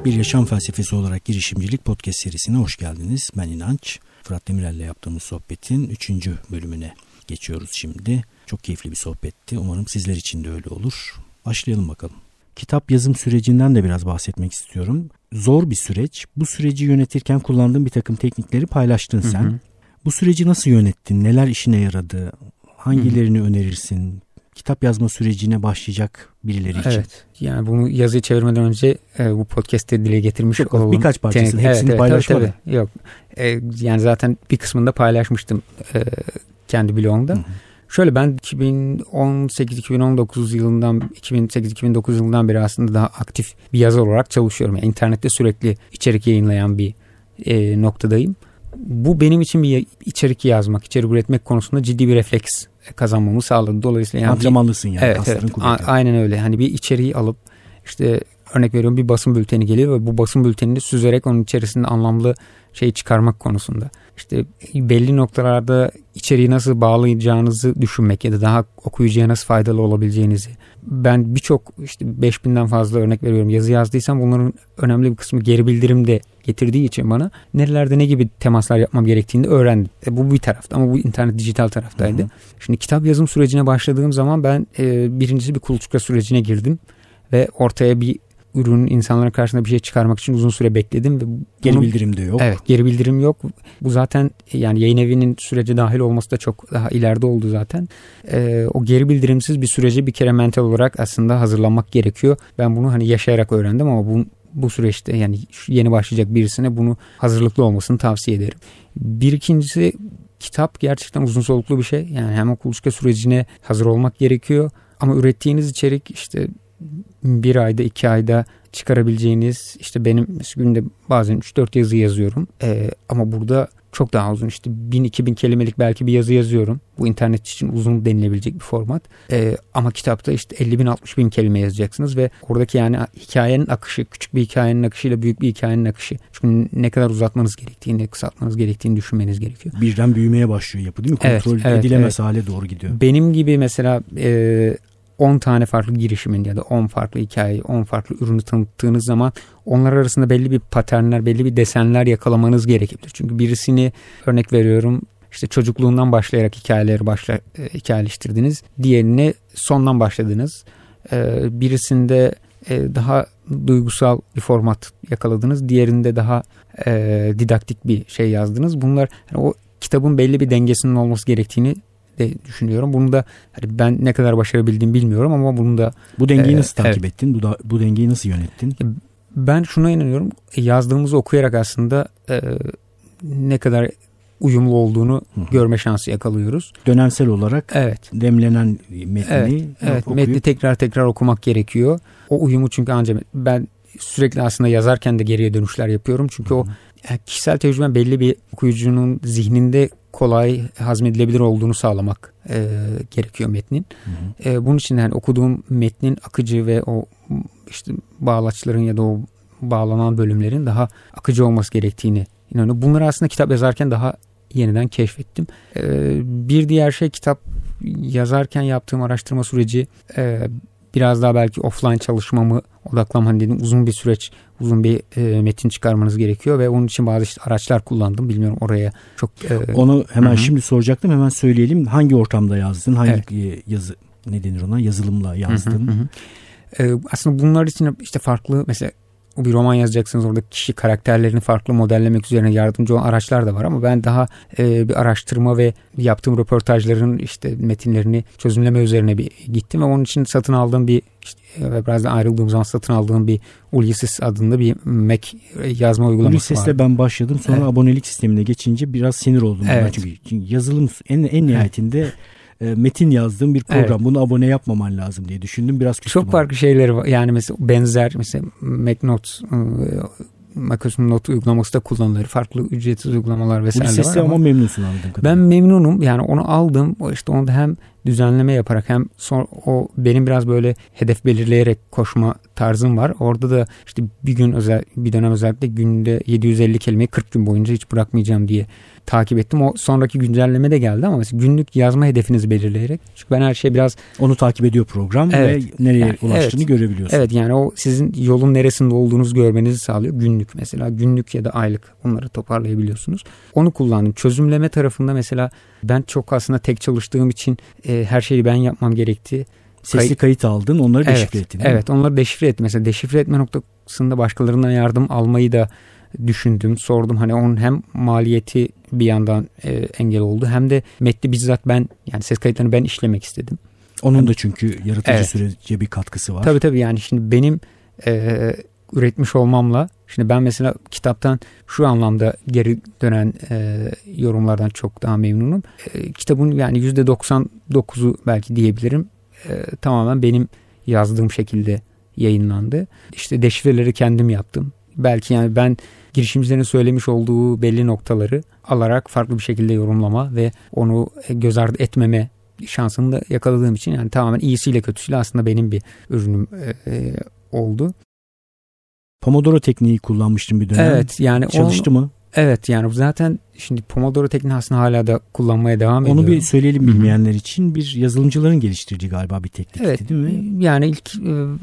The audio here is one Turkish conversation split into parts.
Bir Yaşam Felsefesi olarak girişimcilik podcast serisine hoş geldiniz. Ben İnanç. Fırat Demirel'le yaptığımız sohbetin 3. bölümüne geçiyoruz şimdi. Çok keyifli bir sohbetti. Umarım sizler için de öyle olur. Başlayalım bakalım. Kitap yazım sürecinden de biraz bahsetmek istiyorum. Zor bir süreç. Bu süreci yönetirken kullandığın bir takım teknikleri paylaştın sen. Hı hı. Bu süreci nasıl yönettin? Neler işine yaradı? Hangilerini önerirsin? Kitap yazma sürecine başlayacak birileri için. Evet. Yani bunu yazıyı çevirmeden önce bu podcast'te dile getirmiş olalım. Birkaç parçasını hepsini paylaşmadım. Tabii. Yok. Yani zaten bir kısmını da paylaşmıştım kendi blogumda. Hı hı. Şöyle ben 2018-2019 yılından 2008-2009 yılından beri aslında daha aktif bir yazar olarak çalışıyorum. Yani internette sürekli içerik yayınlayan bir noktadayım. Bu benim için bir içerik yazmak, içerik üretmek konusunda ciddi bir refleks kazanmamı sağladı. Dolayısıyla yani antrenmanlısın yani. Evet. Aynen öyle. Hani bir içeriği alıp işte örnek veriyorum bir basın bülteni geliyor ve bu basın bültenini süzerek onun içerisinde anlamlı şey çıkarmak konusunda. İşte belli noktalarda içeriği nasıl bağlayacağınızı düşünmek ya da daha okuyucuya nasıl faydalı olabileceğinizi. Ben birçok işte 5000'den fazla örnek veriyorum yazı yazdıysam bunların önemli bir kısmı geri bildirim de getirdiği için bana nerelerde ne gibi temaslar yapmam gerektiğini de öğrendim. Bu bir tarafta ama bu internet dijital taraftaydı. Hı hı. Şimdi kitap yazım sürecine başladığım zaman ben birincisi bir kuluçka sürecine girdim ve ortaya bir ürünün insanların karşısında bir şey çıkarmak için uzun süre bekledim. Ve geri bildirim de yok. Evet, geri bildirim yok. Bu zaten yani yayın evinin sürece dahil olması da çok daha ileride oldu zaten. O geri bildirimsiz bir sürece bir kere mental olarak aslında hazırlanmak gerekiyor. Ben bunu hani yaşayarak öğrendim ama bu süreçte yani yeni başlayacak birisine bunu hazırlıklı olmasını tavsiye ederim. Bir ikincisi kitap gerçekten uzun soluklu bir şey. Yani hem o kuluçka sürecine hazır olmak gerekiyor ama ürettiğiniz içerik işte bir ayda 2 ayda çıkarabileceğiniz işte benim günde bazen 3-4 yazı yazıyorum ama burada çok daha uzun işte 1000-2000 kelimelik belki bir yazı yazıyorum. Bu internet için uzun denilebilecek bir format ama kitapta işte 50.000-60.000 kelime yazacaksınız ve oradaki yani hikayenin akışı küçük bir hikayenin akışıyla büyük bir hikayenin akışı. Çünkü ne kadar uzatmanız gerektiğini, ne kısaltmanız gerektiğini düşünmeniz gerekiyor. Birden büyümeye başlıyor yapı değil mi? Kontrol edilemez hale doğru gidiyor. Benim gibi mesela 10 tane farklı girişimin ya da 10 farklı hikayeyi, 10 farklı ürünü tanıttığınız zaman onlar arasında belli bir paternler, belli bir desenler yakalamanız gerekebilir. Çünkü birisini örnek veriyorum işte çocukluğundan başlayarak hikayeleştirdiniz. Diğerine sondan başladınız. Birisinde daha duygusal bir format yakaladınız. Diğerinde daha didaktik bir şey yazdınız. Bunlar yani o kitabın belli bir dengesinin olması gerektiğini de düşünüyorum. Bunu da hani ben ne kadar başarabildiğimi bilmiyorum ama bunu da bu dengeyi nasıl takip ettin? Bu dengeyi nasıl yönettin? Ben şuna inanıyorum. Yazdığımızı okuyarak aslında ne kadar uyumlu olduğunu görme şansı yakalıyoruz. Dönemsel olarak demlenen metni metni tekrar okumak gerekiyor. O uyumu çünkü ancak ben sürekli aslında yazarken de geriye dönüşler yapıyorum. Çünkü o kişisel tecrüben belli bir okuyucunun zihninde kolay hazmedilebilir olduğunu sağlamak gerekiyor metnin. Bunun için yani okuduğum metnin akıcı ve o işte bağlaçların ya da o bağlanan bölümlerin daha akıcı olması gerektiğini inanıyorum. Bunları aslında kitap yazarken daha yeniden keşfettim. Bir diğer şey kitap yazarken yaptığım araştırma süreci biraz daha belki offline çalışmamı odaklanmam dedim. Uzun bir süreç, uzun bir metin çıkarmanız gerekiyor ve onun için bazı işte araçlar kullandım. Bilmiyorum oraya çok... Onu hemen şimdi soracaktım. Hemen söyleyelim. Hangi ortamda yazdın? Hangi yazı ne denir ona? Yazılımla yazdın? Aslında bunlar için işte farklı mesela bir roman yazacaksınız. Orada kişi karakterlerini farklı modellemek üzerine yardımcı olan araçlar da var ama ben daha bir araştırma ve yaptığım röportajların işte metinlerini çözümleme üzerine bir gittim ve onun için satın aldığım bir işte, birazdan ayrıldığım zaman satın aldığım bir Ulysses adında bir Mac yazma uygulaması var. Ulysses'le ben başladım. Sonra abonelik sistemine geçince biraz sinir oldum. Çünkü yazılım en nihayetinde metin yazdığım bir program. Bunu abone yapmaman lazım diye düşündüm. Biraz küstüm. Çok farklı şeyleri var. Yani mesela benzer mesela Microsoft Note uygulaması da kullanılır. Farklı ücretsiz uygulamalar vesaire var. Ama memnunsun anladığım kadarıyla. Ben memnunum. Yani onu aldım. İşte onda hem düzenleme yaparak hem o benim biraz böyle hedef belirleyerek koşma tarzım var. Orada da işte bir dönem özellikle günde 750 kelimeyi 40 gün boyunca hiç bırakmayacağım diye takip ettim. O sonraki güncelleme de geldi ama mesela günlük yazma hedefinizi belirleyerek. Çünkü ben her şey biraz... Onu takip ediyor program ve nereye ulaştığını görebiliyorsun. Evet, yani o sizin yolun neresinde olduğunuzu görmenizi sağlıyor. Günlük mesela, günlük ya da aylık, bunları toparlayabiliyorsunuz. Onu kullandım. Çözümleme tarafında mesela ben çok aslında tek çalıştığım için her şeyi ben yapmam gerekti. Sesli kayıt aldın, onları deşifre ettin. Evet, onları deşifre ettim. Mesela deşifre etme noktasında başkalarından yardım almayı da düşündüm, sordum. Hani onun hem maliyeti bir yandan engel oldu, hem de metni bizzat ben, yani ses kayıtlarını ben işlemek istedim. Onun da çünkü yaratıcı sürece bir katkısı var. Tabii yani şimdi benim üretmiş olmamla, şimdi ben mesela kitaptan şu anlamda geri dönen yorumlardan çok daha memnunum. Kitabın yani %99'u belki diyebilirim tamamen benim yazdığım şekilde yayınlandı. İşte deşifreleri kendim yaptım. Belki yani ben girişimcilerin söylemiş olduğu belli noktaları alarak farklı bir şekilde yorumlama ve onu göz ardı etmeme şansını da yakaladığım için yani tamamen iyisiyle kötüsüyle aslında benim bir ürünüm oldu. Pomodoro tekniği kullanmıştım bir dönem. Evet, yani çalıştı mı? Evet, yani zaten şimdi Pomodoro tekniği aslında hala da kullanmaya devam ediyorum. Onu bir söyleyelim bilmeyenler için. Bir yazılımcıların geliştirdiği galiba bir teknikti, evet, değil mi? Yani ilk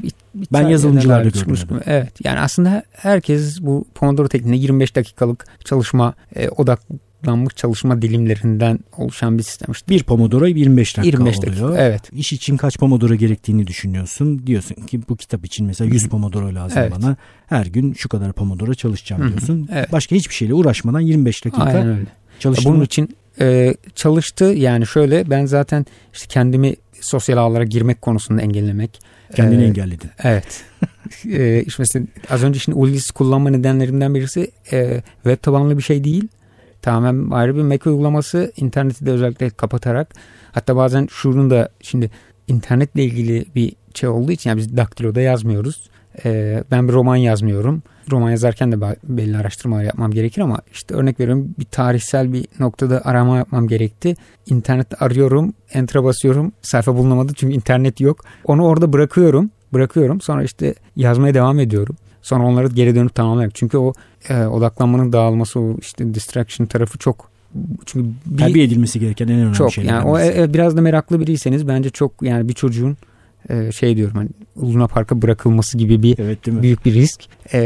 ben yazılımcılarda gördüm. Evet, yani aslında herkes bu Pomodoro tekniğine 25 dakikalık çalışma odaklanmış çalışma dilimlerinden oluşan bir sistem. İşte bir Pomodoro 25 dakika oluyor. Evet. İş için kaç Pomodoro gerektiğini düşünüyorsun. Diyorsun ki bu kitap için mesela 100 Pomodoro lazım bana. Her gün şu kadar Pomodoro çalışacağım diyorsun. Evet. Başka hiçbir şeyle uğraşmadan 25 dakika çalıştın. Bunun için çalıştı. Yani şöyle, ben zaten işte kendimi sosyal ağlara girmek konusunda engellemek. Kendini engelledin. Evet. İşte mesela az önce şimdi Ulysses kullanma nedenlerimden birisi web tabanlı bir şey değil. Tamamen ayrı bir Mac uygulaması. İnterneti de özellikle kapatarak. Hatta bazen şunun da, şimdi internetle ilgili bir şey olduğu için yani biz Daktilo'da yazmıyoruz. Ben bir roman yazmıyorum. Roman yazarken de belli araştırmalar yapmam gerekir ama işte örnek veriyorum, bir tarihsel bir noktada arama yapmam gerekti. İnternette arıyorum, enter'a basıyorum. Sayfa bulunamadı çünkü internet yok. Onu orada bırakıyorum. Sonra işte yazmaya devam ediyorum. Sonra onları geri dönüp tamamlayalım. Çünkü o odaklanmanın dağılması, o işte distraction tarafı çok, çünkü terbiye edilmesi gereken en önemli şeyler. Yani o biraz da meraklı biriyseniz bence çok, yani bir çocuğun diyorum hani Luna Park'a bırakılması gibi bir büyük bir risk.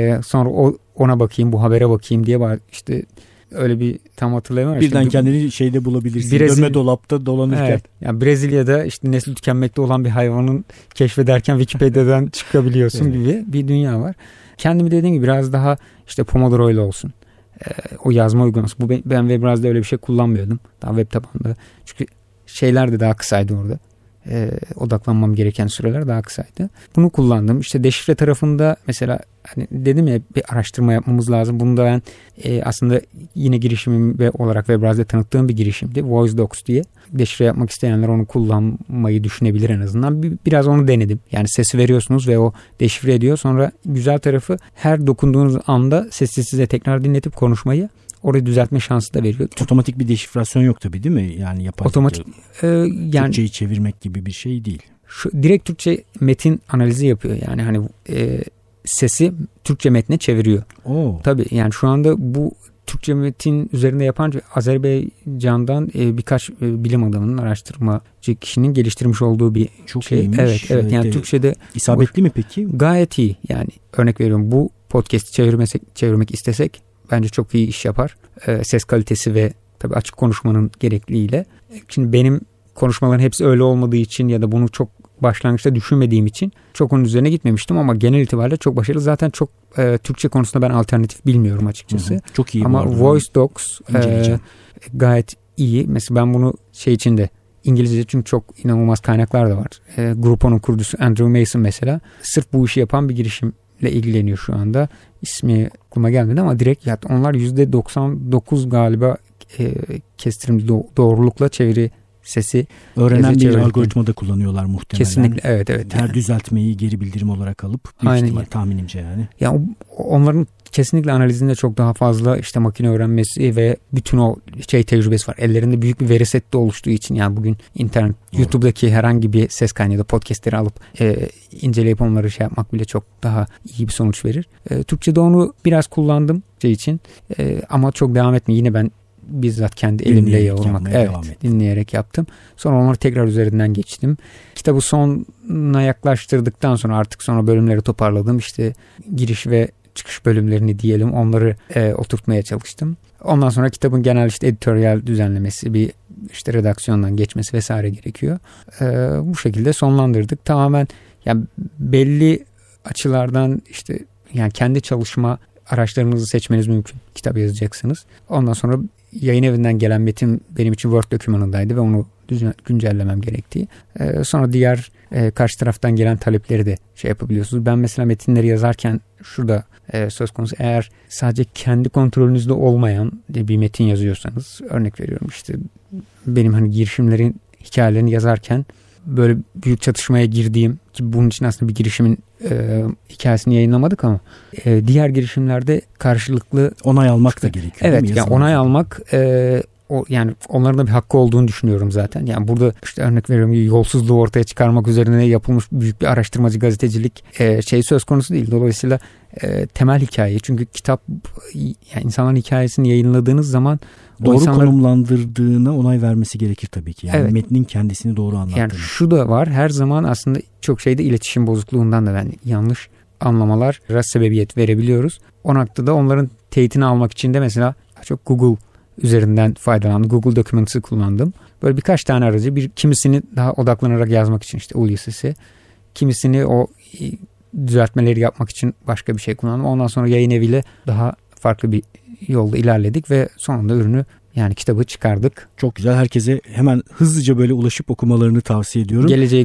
Sonra ona bakayım, bu habere bakayım diye işte öyle bir tam hatırlayamıyorum. Birden kendini şeyde bulabilirsin. Dönme dolapta dolanırken. Evet. Yani Brezilya'da işte nesli tükenmekte olan bir hayvanın keşfederken Wikipedia'dan çıkabiliyorsun gibi bir dünya var. Kendimi dediğim gibi biraz daha işte Pomodoro ile olsun. O yazma uygulaması. Ben Webraz'da öyle bir şey kullanmıyordum. Daha web tabanlı. Çünkü şeyler de daha kısaydı orada. Odaklanmam gereken süreler daha kısaydı. Bunu kullandım. İşte deşifre tarafında mesela hani dedim ya, bir araştırma yapmamız lazım. Bunu da ben aslında yine girişimim olarak Webraz'da tanıttığım bir girişimdi. VoiceDocs diye. Deşifre yapmak isteyenler onu kullanmayı düşünebilir en azından. Biraz onu denedim. Yani sesi veriyorsunuz ve o deşifre ediyor. Sonra güzel tarafı, her dokunduğunuz anda sesi size tekrar dinletip konuşmayı, orayı düzeltme şansı da veriyor. Otomatik bir deşifrasyon yok tabii, değil mi? Yani otomatik yani Türkçeyi çevirmek gibi bir şey değil. Direkt Türkçe metin analizi yapıyor. Yani hani sesi Türkçe metne çeviriyor. Tabii yani şu anda bu Türkçe metin üzerinde yapan Azerbaycan'dan birkaç bilim adamının, araştırmacı kişinin geliştirmiş olduğu bir çok şey. Iyiymiş. Evet. Yani Türkçe'de isabetli mi peki? Gayet iyi. Yani örnek veriyorum, bu podcast'i çevirmek istesek bence çok iyi iş yapar. Ses kalitesi ve tabii açık konuşmanın gerekliliğiyle. Şimdi benim konuşmaların hepsi öyle olmadığı için ya da bunu çok başlangıçta düşünmediğim için çok onun üzerine gitmemiştim ama genel itibariyle çok başarılı. Zaten çok Türkçe konusunda ben alternatif bilmiyorum açıkçası. Hı hı. Çok iyi. Ama VoiceDocs gayet iyi. Mesela ben bunu için de İngilizce, çünkü çok inanılmaz kaynaklar da var. Groupon'un kurucusu Andrew Mason mesela sırf bu işi yapan bir girişimle ilgileniyor şu anda. İsmi aklıma gelmedi ama direkt onlar %99 galiba kestirimli doğrulukla çeviri sesi öğrenen bir algoritmada kullanıyorlar muhtemelen. Kesinlikle, evet. Her düzeltmeyi geri bildirim olarak alıp büyük ihtimal, tahminimce yani. Ya onların kesinlikle analizinde çok daha fazla işte makine öğrenmesi ve bütün o tecrübesi var. Ellerinde büyük bir veri seti oluştuğu için, yani bugün internet, YouTube'daki herhangi bir ses kaynağı da podcastleri alıp inceleyip onları yapmak bile çok daha iyi bir sonuç verir. Türkçe'de onu biraz kullandım için ama çok devam etmiyor. Yine ben bizzat kendi elimle yoğurmak, dinleyerek yaptım. Sonra onları tekrar üzerinden geçtim. Kitabı sonuna yaklaştırdıktan sonra artık bölümleri toparladım. İşte giriş ve çıkış bölümlerini diyelim, onları oturtmaya çalıştım. Ondan sonra kitabın genel işte editoryal düzenlemesi, bir işte redaksiyondan geçmesi vesaire gerekiyor. Bu şekilde sonlandırdık. Tamamen yani belli açılardan işte yani kendi çalışma araçlarınızı seçmeniz mümkün. Kitap yazacaksınız. Ondan sonra yayın evinden gelen metin benim için Word dokümanındaydı ve onu güncellemem gerektiği. Sonra diğer karşı taraftan gelen talepleri de yapabiliyorsunuz. Ben mesela metinleri yazarken şurada söz konusu, eğer sadece kendi kontrolünüzde olmayan bir metin yazıyorsanız, örnek veriyorum işte benim hani girişimlerin hikayelerini yazarken böyle büyük çatışmaya girdiğim, ki bunun için aslında bir girişimin hikayesini yayınlamadık ama diğer girişimlerde karşılıklı onay almak da gerekiyor. Evet, yani onay almak yani onların da bir hakkı olduğunu düşünüyorum zaten. Yani burada işte örnek veriyorum, yolsuzluğu ortaya çıkarmak üzerine yapılmış büyük bir araştırmacı gazetecilik söz konusu değil. Dolayısıyla temel hikaye, çünkü kitap yani insanların hikayesini yayınladığınız zaman doğru konumlandırdığına onay vermesi gerekir tabii ki. Yani metnin kendisini doğru anlattığını. Yani şu da var, her zaman aslında çok şeyde iletişim bozukluğundan da yanlış anlamalara sebebiyet verebiliyoruz. O noktada onların teyitini almak için de mesela çok Google üzerinden faydalandım. Google Documents'ı kullandım. Böyle birkaç tane aracı, kimisini daha odaklanarak yazmak için işte Ulysses'i, kimisini o düzeltmeleri yapmak için başka bir şey kullandım. Ondan sonra yayın eviyle daha farklı bir yolda ilerledik ve sonunda ürünü, yani kitabı çıkardık. Çok güzel. Herkese hemen hızlıca böyle ulaşıp okumalarını tavsiye ediyorum.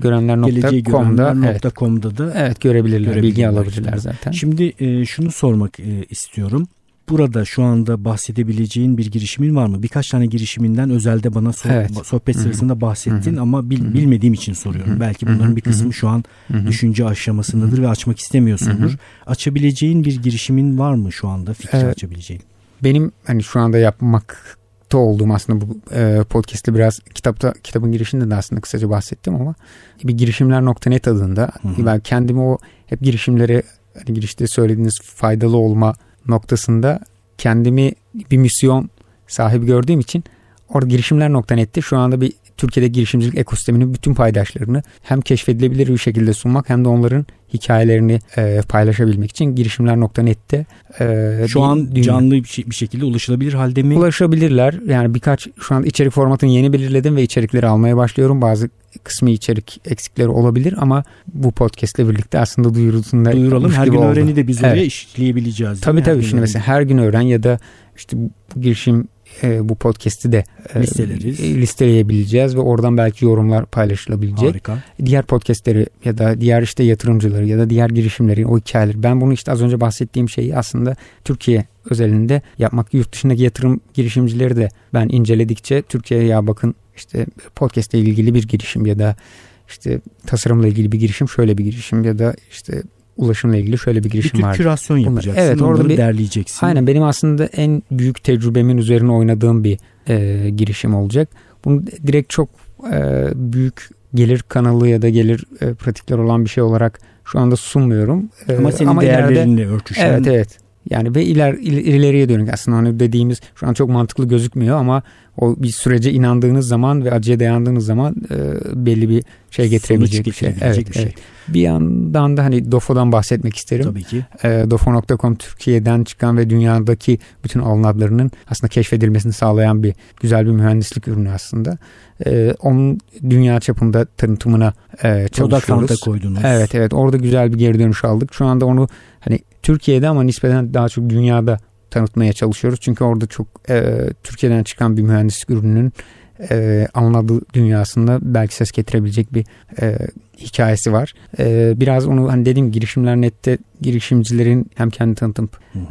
Geleceğigörenler.com'da da görebilirler, bilgi alabilirler zaten. Şimdi şunu sormak istiyorum. Burada şu anda bahsedebileceğin bir girişimin var mı? Birkaç tane girişiminden özelde bana sohbet sırasında bahsettin ama bilmediğim için soruyorum. Belki bunların bir kısmı şu an düşünce aşamasındadır ve açmak istemiyorsundur. Açabileceğin bir girişimin var mı şu anda, fikri açabileceğin? Benim hani şu anda yapmakta olduğum, aslında bu podcast'te biraz kitabın girişinde de aslında kısaca bahsettim ama bir girişimler.net adında ben kendimi o hep girişimlere, hani girişte söylediğiniz faydalı olma noktasında kendimi bir misyon sahibi gördüğüm için orada girişimler.net'te şu anda bir Türkiye'de girişimcilik ekosisteminin bütün paydaşlarını hem keşfedilebilir bir şekilde sunmak hem de onların hikayelerini paylaşabilmek için girişimler.net'te şu an canlı bir şekilde ulaşılabilir halde mi? Ulaşabilirler. Yani şu an içerik formatını yeni belirledim ve içerikleri almaya başlıyorum. Bazı kısmı içerik eksikleri olabilir ama bu podcast'le birlikte aslında duyuralım. Her gün öğreni de biz oraya işleyebileceğiz. Tabii. Şimdi mesela her gün öğren ya da işte bu girişim bu podcast'i de listeleyebileceğiz ve oradan belki yorumlar paylaşılabilecek. Harika. Diğer podcast'leri ya da diğer işte yatırımcıları ya da diğer girişimlerin o hikayeleri. Ben bunu işte az önce bahsettiğim şeyi aslında Türkiye özelinde yapmak, yurt dışındaki yatırım girişimcileri de ben inceledikçe Türkiye'ye ya bakın işte podcast ile ilgili bir girişim ya da işte tasarımla ilgili bir girişim, şöyle bir girişim ya da işte ulaşımla ilgili şöyle bir girişim var. Bir tür kürasyon yapacaksın. Evet, orada derleyeceksin. Aynen, benim aslında en büyük tecrübemin üzerine oynadığım bir girişim olacak. Bunu direkt çok büyük gelir kanalı ya da gelir pratikler olan bir şey olarak şu anda sunmuyorum. Ama senin değerlerinle örtüşen. Evet. Yani ve ileriye dönük aslında hani dediğimiz şu an çok mantıklı gözükmüyor ama o bir sürece inandığınız zaman ve acıya dayandığınız zaman belli bir şey getirebilecek bir şey. Evet. Bir yandan da hani DOFO'dan bahsetmek isterim. Tabii ki. DOFO.com Türkiye'den çıkan ve dünyadaki bütün alın adlarının aslında keşfedilmesini sağlayan güzel bir mühendislik ürünü aslında. Onun dünya çapında tanıtımına çalışıyoruz. Product koydunuz. Evet. Orada güzel bir geri dönüş aldık. Şu anda onu hani Türkiye'de ama nispeten daha çok dünyada tanıtmaya çalışıyoruz. Çünkü orada çok Türkiye'den çıkan bir mühendislik ürününün anladığı dünyasında belki ses getirebilecek bir hikayesi var. Biraz onu hani dediğim girişimler.net'te girişimcilerin hem kendi tanıtım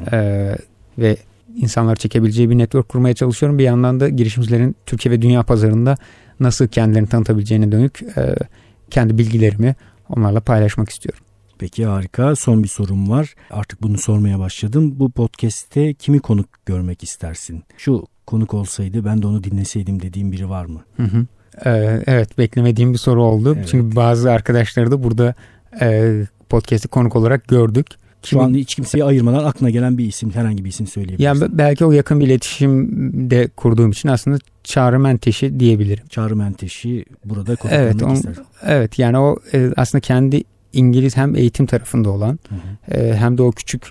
ve insanlar çekebileceği bir network kurmaya çalışıyorum. Bir yandan da girişimcilerin Türkiye ve dünya pazarında nasıl kendilerini tanıtabileceğine dönük kendi bilgilerimi onlarla paylaşmak istiyorum. Peki, harika. Son bir sorum var. Artık bunu sormaya başladım. Bu podcast'te kimi konuk görmek istersin? Şu konuk olsaydı ben de onu dinleseydim dediğim biri var mı? Evet, beklemediğim bir soru oldu. Evet. Çünkü bazı arkadaşları da burada podcast'i konuk olarak gördük. Şu an hiç kimseyi ayırmadan aklına gelen bir isim, herhangi bir isim söyleyebilirsin. Yani belki o yakın bir iletişimde kurduğum için aslında Çağrı Menteş'i diyebilirim. Çağrı Menteş'i burada konuk olmak ister. Evet, yani o aslında kendi İngiliz hem eğitim tarafında olan hem de o küçük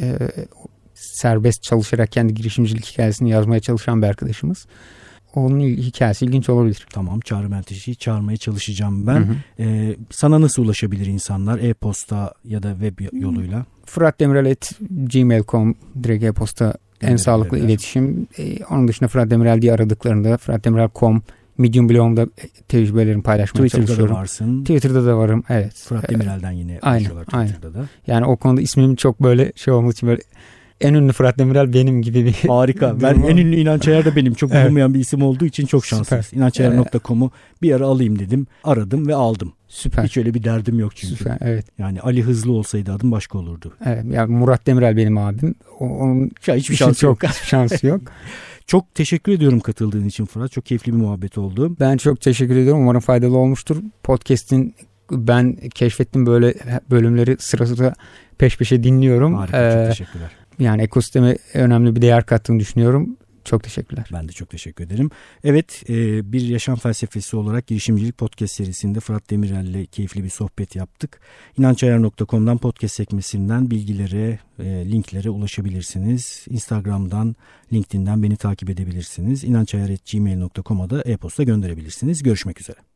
serbest çalışarak kendi girişimcilik hikayesini yazmaya çalışan bir arkadaşımız. Onun hikayesi ilginç olabilir. Tamam, Çağrı Menteş'i çağırmaya çalışacağım ben. Sana nasıl ulaşabilir insanlar? E-posta ya da web yoluyla? fıratdemirel@gmail.com direkt e-posta en sağlıklı iletişim. Onun dışında Fırat Demirel diye aradıklarında fıratdemirel.com, Medium blogumda tecrübelerimi paylaşmaya çalışıyorum. Twitter'da varsın. Twitter'da da varım, evet. Fırat Demirel'den yine ulaşıyorlar Twitter'da da. Yani o konuda ismim çok böyle olması için böyle en ünlü Fırat Demirel benim gibi bir... Harika. Ben en ünlü İnanç Ayar da benim. Çok bulunmayan bir isim olduğu için çok şanslıyız. İnançayar.com'u bir ara alayım dedim. Aradım ve aldım. Süper. Hiç öyle bir derdim yok çünkü. Süper, evet. Yani Ali Hızlı olsaydı adım başka olurdu. Evet. Yani Murat Demirel benim abim. Onun hiçbir şansı yok. Şansı yok. Çok teşekkür ediyorum katıldığın için Fırat. Çok keyifli bir muhabbet oldu. Ben çok teşekkür ediyorum. Umarım faydalı olmuştur. Podcast'in ben keşfettim böyle bölümleri sıra sıra peş peşe dinliyorum. Harika, çok teşekkürler. Yani ekosisteme önemli bir değer kattığını düşünüyorum. Çok teşekkürler. Ben de çok teşekkür ederim. Evet, bir yaşam felsefesi olarak girişimcilik podcast serisinde Fırat Demirel'le keyifli bir sohbet yaptık. İnançayar.com'dan podcast sekmesinden bilgilere, linklere ulaşabilirsiniz. Instagram'dan, LinkedIn'den beni takip edebilirsiniz. İnançayar@gmail.com'a da e-posta gönderebilirsiniz. Görüşmek üzere.